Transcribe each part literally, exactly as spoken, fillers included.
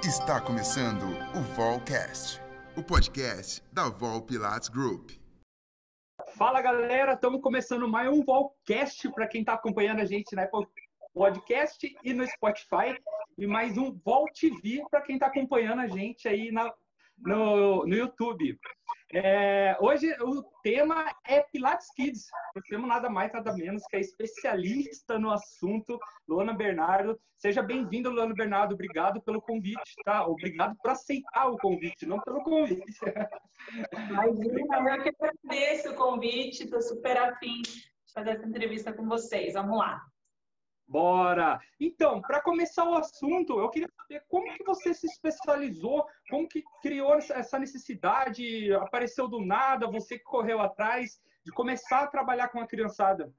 Está começando o Volcast, o podcast da Vol Pilates Group. Fala galera, estamos começando mais um Volcast para quem está acompanhando a gente na Apple Podcast e no Spotify, e mais um Vol T V para quem está acompanhando a gente aí na, no, no YouTube. É, hoje o tema é Pilates Kids. Nós temos nada mais, nada menos que a especialista no assunto, Luana Bernardo. Seja bem-vinda, Luana Bernardo. Obrigado pelo convite, tá? Obrigado por aceitar o convite, não pelo convite. Imagina, eu que agradeço o convite, estou super afim de fazer essa entrevista com vocês. Vamos lá. Bora! Então, para começar o assunto, eu queria saber como que você se especializou, como que criou essa necessidade, apareceu do nada, você que correu atrás de começar a trabalhar com a criançada.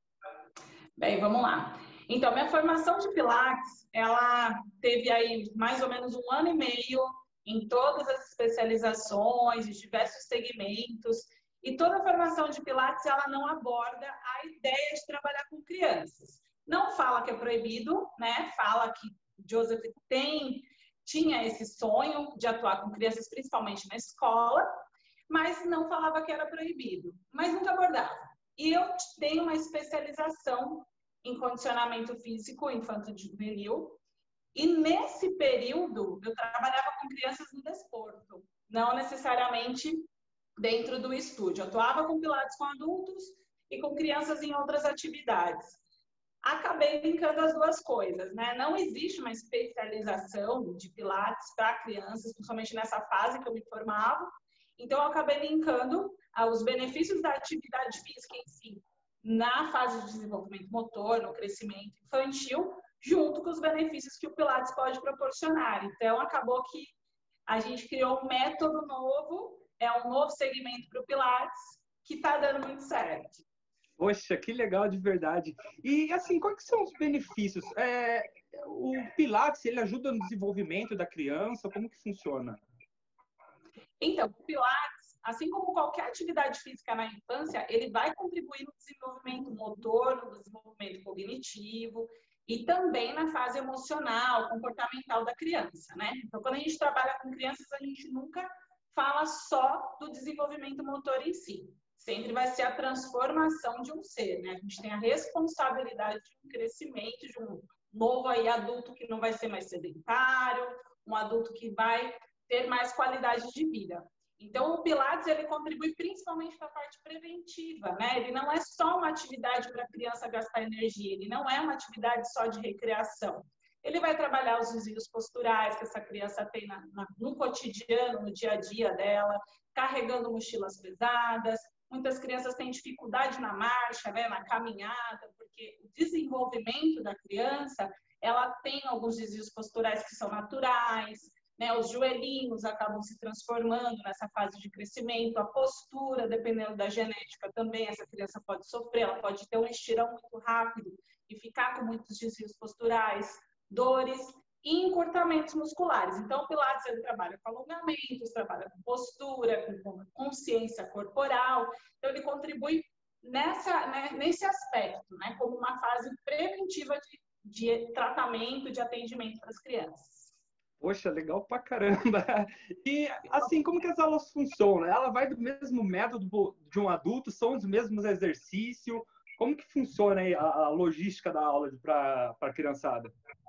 Bem, vamos lá. Então, minha formação de Pilates, ela teve aí mais ou menos um ano e meio em todas as especializações, de diversos segmentos, e toda a formação de Pilates, ela não aborda a ideia de trabalhar com crianças. Não fala que é proibido, né? Fala que Joseph tem, tinha esse sonho de atuar com crianças, principalmente na escola, mas não falava que era proibido, mas nunca abordava. E eu tenho uma especialização em condicionamento físico infanto-juvenil, e nesse período eu trabalhava com crianças no desporto, não necessariamente dentro do estúdio. Eu atuava com pilates com adultos e com crianças em outras atividades. Acabei linkando as duas coisas, né? Não existe uma especialização de pilates para crianças, principalmente nessa fase que eu me formava. Então, eu acabei linkando os benefícios da atividade física em si, na fase de desenvolvimento motor, no crescimento infantil, junto com os benefícios que o pilates pode proporcionar. Então, acabou que a gente criou um método novo, é um novo segmento para o pilates, que está dando muito certo. Poxa, que legal de verdade. E assim, quais que são os benefícios? É, o Pilates, ele ajuda no desenvolvimento da criança? Como que funciona? Então, o Pilates, assim como qualquer atividade física na infância, ele vai contribuir no desenvolvimento motor, no desenvolvimento cognitivo e também na fase emocional, comportamental da criança, né? Então, quando a gente trabalha com crianças, a gente nunca fala só do desenvolvimento motor em si. Sempre vai ser a transformação de um ser, né? A gente tem a responsabilidade de um crescimento, de um novo aí adulto que não vai ser mais sedentário, um adulto que vai ter mais qualidade de vida. Então, o Pilates, ele contribui principalmente para a parte preventiva, né? Ele não é só uma atividade para a criança gastar energia, ele não é uma atividade só de recreação. Ele vai trabalhar os desvios posturais que essa criança tem na, na, no cotidiano, no dia a dia dela, carregando mochilas pesadas. Muitas crianças têm dificuldade na marcha, né, na caminhada, porque o desenvolvimento da criança, ela tem alguns desvios posturais que são naturais, né, os joelhinhos acabam se transformando nessa fase de crescimento, a postura, dependendo da genética também, essa criança pode sofrer, ela pode ter um estirão muito rápido e ficar com muitos desvios posturais, dores e encurtamentos musculares. Então, o Pilates, ele trabalha com alongamentos, trabalha com postura, com consciência corporal. Então, ele contribui nessa, né, nesse aspecto, né, como uma fase preventiva de, de tratamento, de atendimento para as crianças. Poxa, legal pra caramba! E, assim, como que as aulas funcionam? Ela vai do mesmo método de um adulto? São os mesmos exercícios? Como que funciona aí a, a logística da aula para a criançada?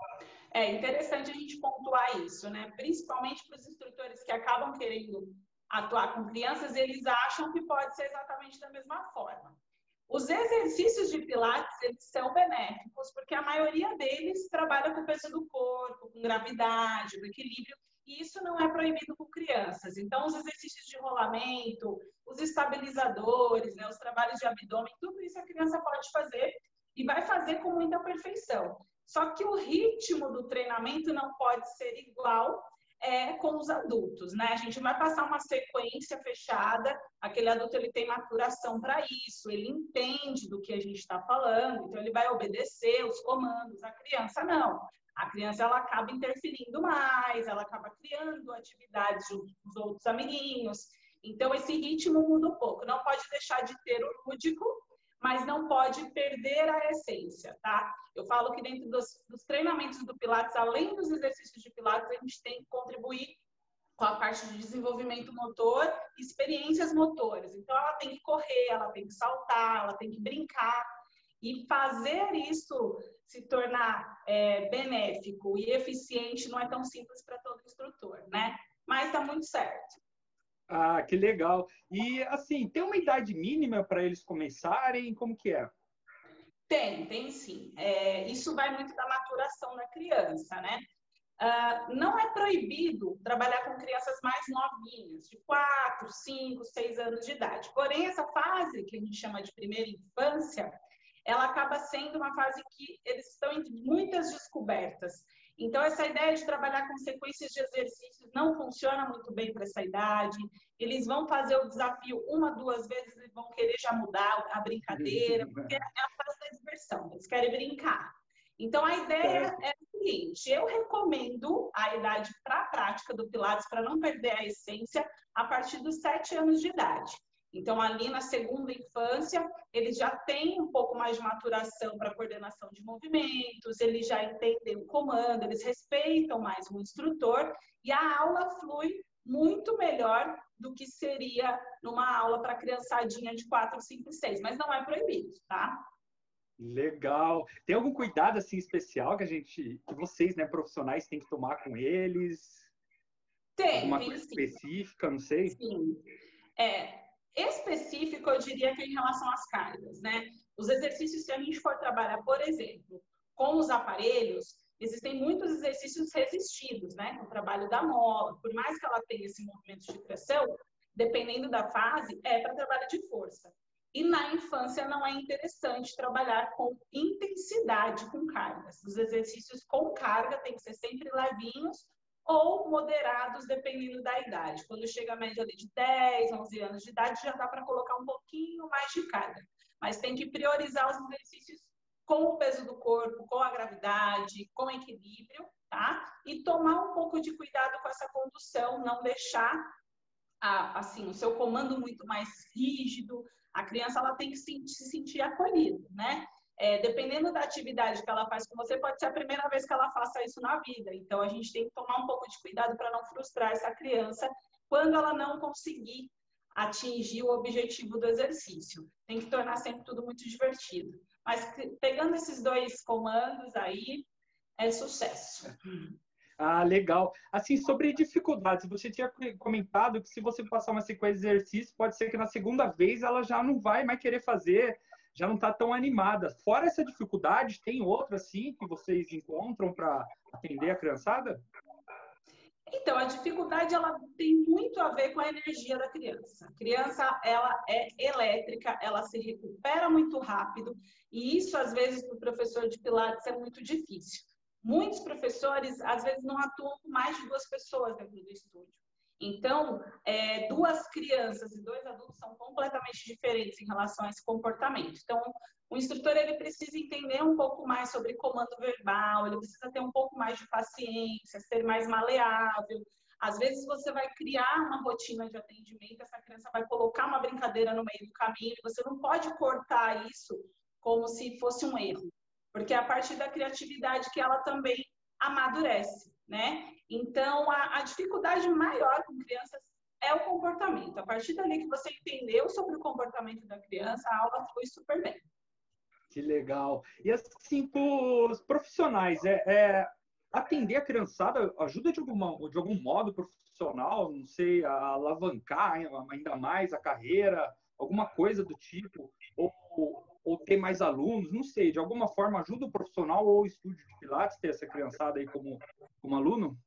É interessante a gente pontuar isso, né? Principalmente para os instrutores que acabam querendo atuar com crianças, eles acham que pode ser exatamente da mesma forma. Os exercícios de Pilates, eles são benéficos, porque a maioria deles trabalha com o peso do corpo, com gravidade, com equilíbrio, e isso não é proibido com crianças. Então, os exercícios de rolamento, os estabilizadores, né, os trabalhos de abdômen, tudo isso a criança pode fazer e vai fazer com muita perfeição. Só que o ritmo do treinamento não pode ser igual é, com os adultos, né? A gente vai passar uma sequência fechada, aquele adulto ele tem maturação para isso, ele entende do que a gente está falando, então ele vai obedecer os comandos, a criança não. A criança ela acaba interferindo mais, ela acaba criando atividades junto com os outros amiguinhos, então esse ritmo muda um pouco, não pode deixar de ter o lúdico, mas não pode perder a essência, tá? Eu falo que dentro dos, dos treinamentos do Pilates, além dos exercícios de Pilates, a gente tem que contribuir com a parte de desenvolvimento motor e experiências motoras. Então, ela tem que correr, ela tem que saltar, ela tem que brincar. E fazer isso se tornar é, benéfico e eficiente não é tão simples para todo instrutor, né? Mas está muito certo. Ah, que legal. E, assim, tem uma idade mínima para eles começarem? Como que é? Tem, tem sim. É, isso vai muito da maturação da criança, né? Uh, não é proibido trabalhar com crianças mais novinhas, de quatro, cinco, seis anos de idade. Porém, essa fase, que a gente chama de primeira infância, ela acaba sendo uma fase que eles estão em muitas descobertas. Então, essa ideia de trabalhar com sequências de exercícios não funciona muito bem para essa idade. Eles vão fazer o desafio uma, duas vezes e vão querer já mudar a brincadeira, porque é a fase da diversão, eles querem brincar. Então, a ideia é o seguinte, eu recomendo a idade para a prática do Pilates, para não perder a essência, a partir dos sete anos de idade. Então, ali na segunda infância, eles já têm um pouco mais de maturação para coordenação de movimentos, eles já entendem o comando, eles respeitam mais o instrutor e a aula flui muito melhor do que seria numa aula para criançadinha de quatro, cinco, seis, mas não é proibido, tá? Legal. Tem algum cuidado assim especial que a gente, que vocês, né, profissionais, têm que tomar com eles? Tem, Alguma tem coisa sim. específica, não sei? Sim. É, específico, eu diria que é em relação às cargas, né? Os exercícios, se a gente for trabalhar, por exemplo, com os aparelhos, existem muitos exercícios resistidos, né? O trabalho da mola, por mais que ela tenha esse movimento de tração, dependendo da fase, é para trabalho de força. E na infância não é interessante trabalhar com intensidade com cargas. Os exercícios com carga têm que ser sempre levinhos ou moderados, dependendo da idade. Quando chega a média ali de dez, onze anos de idade, já dá para colocar um pouquinho mais de carga. Mas tem que priorizar os exercícios com o peso do corpo, com a gravidade, com equilíbrio, tá? E tomar um pouco de cuidado com essa condução, não deixar a, assim, o seu comando muito mais rígido. A criança ela tem que se, se sentir acolhida, né? É, dependendo da atividade que ela faz com você, pode ser a primeira vez que ela faça isso na vida. Então, a gente tem que tomar um pouco de cuidado para não frustrar essa criança quando ela não conseguir atingir o objetivo do exercício. Tem que tornar sempre tudo muito divertido. Mas pegando esses dois comandos aí, é sucesso. Ah, legal. Assim, sobre dificuldades, você tinha comentado que se você passar uma sequência de exercícios, pode ser que na segunda vez ela já não vai mais querer fazer, já não está tão animada. Fora essa dificuldade, tem outra, assim, que vocês encontram para atender a criançada? Então, a dificuldade, ela tem muito a ver com a energia da criança. A criança, ela é elétrica, ela se recupera muito rápido, e isso, às vezes, para o professor de Pilates é muito difícil. Muitos professores, às vezes, não atuam com mais de duas pessoas dentro do estúdio. Então, é, duas crianças e dois adultos são completamente diferentes em relação a esse comportamento. Então, o instrutor ele precisa entender um pouco mais sobre comando verbal, ele precisa ter um pouco mais de paciência, ser mais maleável. Às vezes, você vai criar uma rotina de atendimento, essa criança vai colocar uma brincadeira no meio do caminho, e você não pode cortar isso como se fosse um erro, porque é a partir da criatividade que ela também amadurece, né? Então, a, a dificuldade maior com crianças é o comportamento. A partir dali que você entendeu sobre o comportamento da criança, a aula foi super bem. Que legal. E assim, para os profissionais, é, é, atender a criançada ajuda de, alguma, de algum modo profissional, não sei, a alavancar ainda mais a carreira, alguma coisa do tipo, ou, ou ter mais alunos, não sei, de alguma forma ajuda o profissional ou o estúdio de Pilates ter essa criançada aí como, como aluno?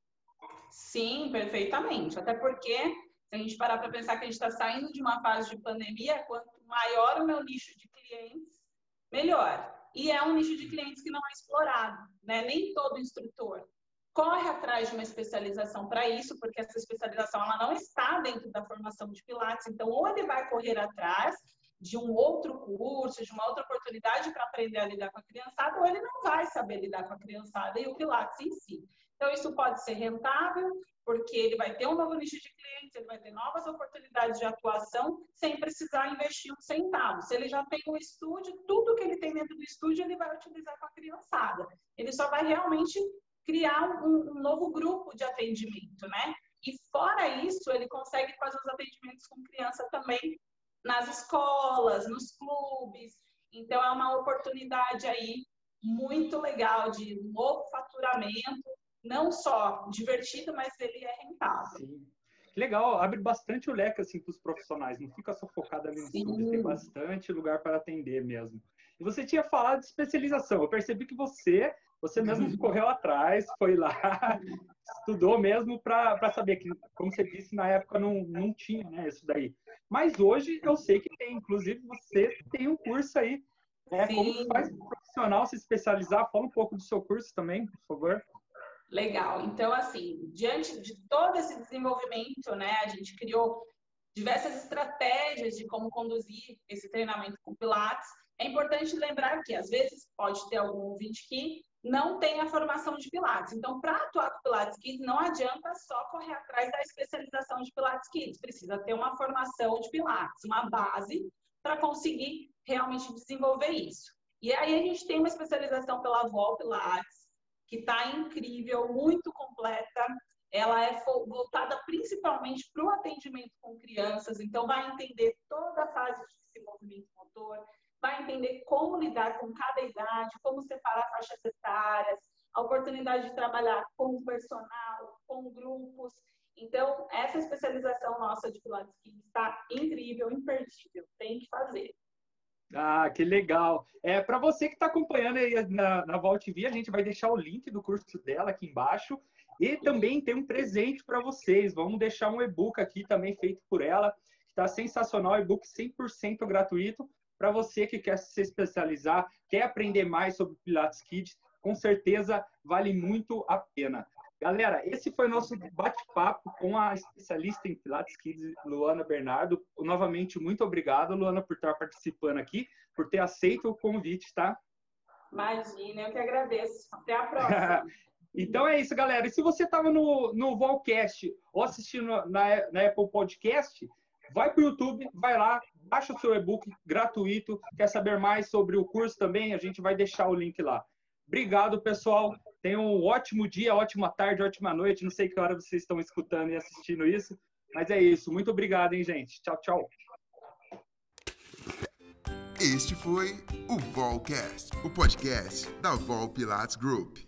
Sim, perfeitamente. Até porque, se a gente parar para pensar que a gente está saindo de uma fase de pandemia, quanto maior o meu nicho de clientes, melhor. E é um nicho de clientes que não é explorado, né? Nem todo instrutor corre atrás de uma especialização para isso, porque essa especialização ela não está dentro da formação de Pilates. Então, ou ele vai correr atrás, de um outro curso, de uma outra oportunidade para aprender a lidar com a criançada, ou ele não vai saber lidar com a criançada e o Pilates em si. Então, isso pode ser rentável, porque ele vai ter um novo nicho de clientes, ele vai ter novas oportunidades de atuação, sem precisar investir um centavo. Se ele já tem um estúdio, tudo que ele tem dentro do estúdio, ele vai utilizar com a criançada. Ele só vai realmente criar um, um novo grupo de atendimento, né? E fora isso, ele consegue fazer os atendimentos com criança também nas escolas, nos clubes. Então, é uma oportunidade aí muito legal de novo faturamento, não só divertido, mas ele é rentável. Sim. Que legal, abre bastante o leque assim, para os profissionais, não fica só focado ali no estúdio, tem bastante lugar para atender mesmo. E você tinha falado de especialização, eu percebi que você, você mesmo correu atrás, foi lá, estudou mesmo para saber que, como você disse, na época não, não tinha, né, isso daí. Mas hoje eu sei que tem, inclusive você tem um curso aí, né? Como que faz um profissional se especializar? Fala um pouco do seu curso também, por favor. Legal. Então, assim, diante de todo esse desenvolvimento, né, a gente criou diversas estratégias de como conduzir esse treinamento com Pilates. É importante lembrar que, às vezes, pode ter algum ouvinte que não tem a formação de Pilates. Então, para atuar com Pilates Kids, não adianta só correr atrás da especialização de Pilates Kids. Precisa ter uma formação de Pilates, uma base, para conseguir realmente desenvolver isso. E aí, a gente tem uma especialização pela Vol Pilates, que está incrível, muito completa. Ela é voltada principalmente para o atendimento com crianças, então vai entender toda a fase de desenvolvimento motor, vai entender como lidar com cada idade, como separar faixas etárias, a oportunidade de trabalhar com personal, com grupos. Então, essa especialização nossa de Pilates Kids está incrível, imperdível, tem que fazer. Ah, que legal. É, para você que está acompanhando aí na, na Vol T V, a gente vai deixar o link do curso dela aqui embaixo. E também tem um presente para vocês. Vamos deixar um e-book aqui também feito por ela. Está sensacional, e-book cem por cento gratuito. Para você que quer se especializar, quer aprender mais sobre Pilates Kids, com certeza vale muito a pena. Galera, esse foi o nosso bate-papo com a especialista em Pilates Kids, Luana Bernardo. Novamente, muito obrigado, Luana, por estar participando aqui, por ter aceito o convite, tá? Imagina, eu que agradeço. Até a próxima. Então é isso, galera. E se você estava no, no Volcast ou assistindo na, na Apple Podcast, vai para o YouTube, vai lá, baixa o seu e-book gratuito. Quer saber mais sobre o curso também? A gente vai deixar o link lá. Obrigado, pessoal. Tenham um ótimo dia, ótima tarde, ótima noite. Não sei que hora vocês estão escutando e assistindo isso, mas é isso. Muito obrigado, hein, gente. Tchau, tchau. Este foi o Volcast, o podcast da Vol Pilates Group.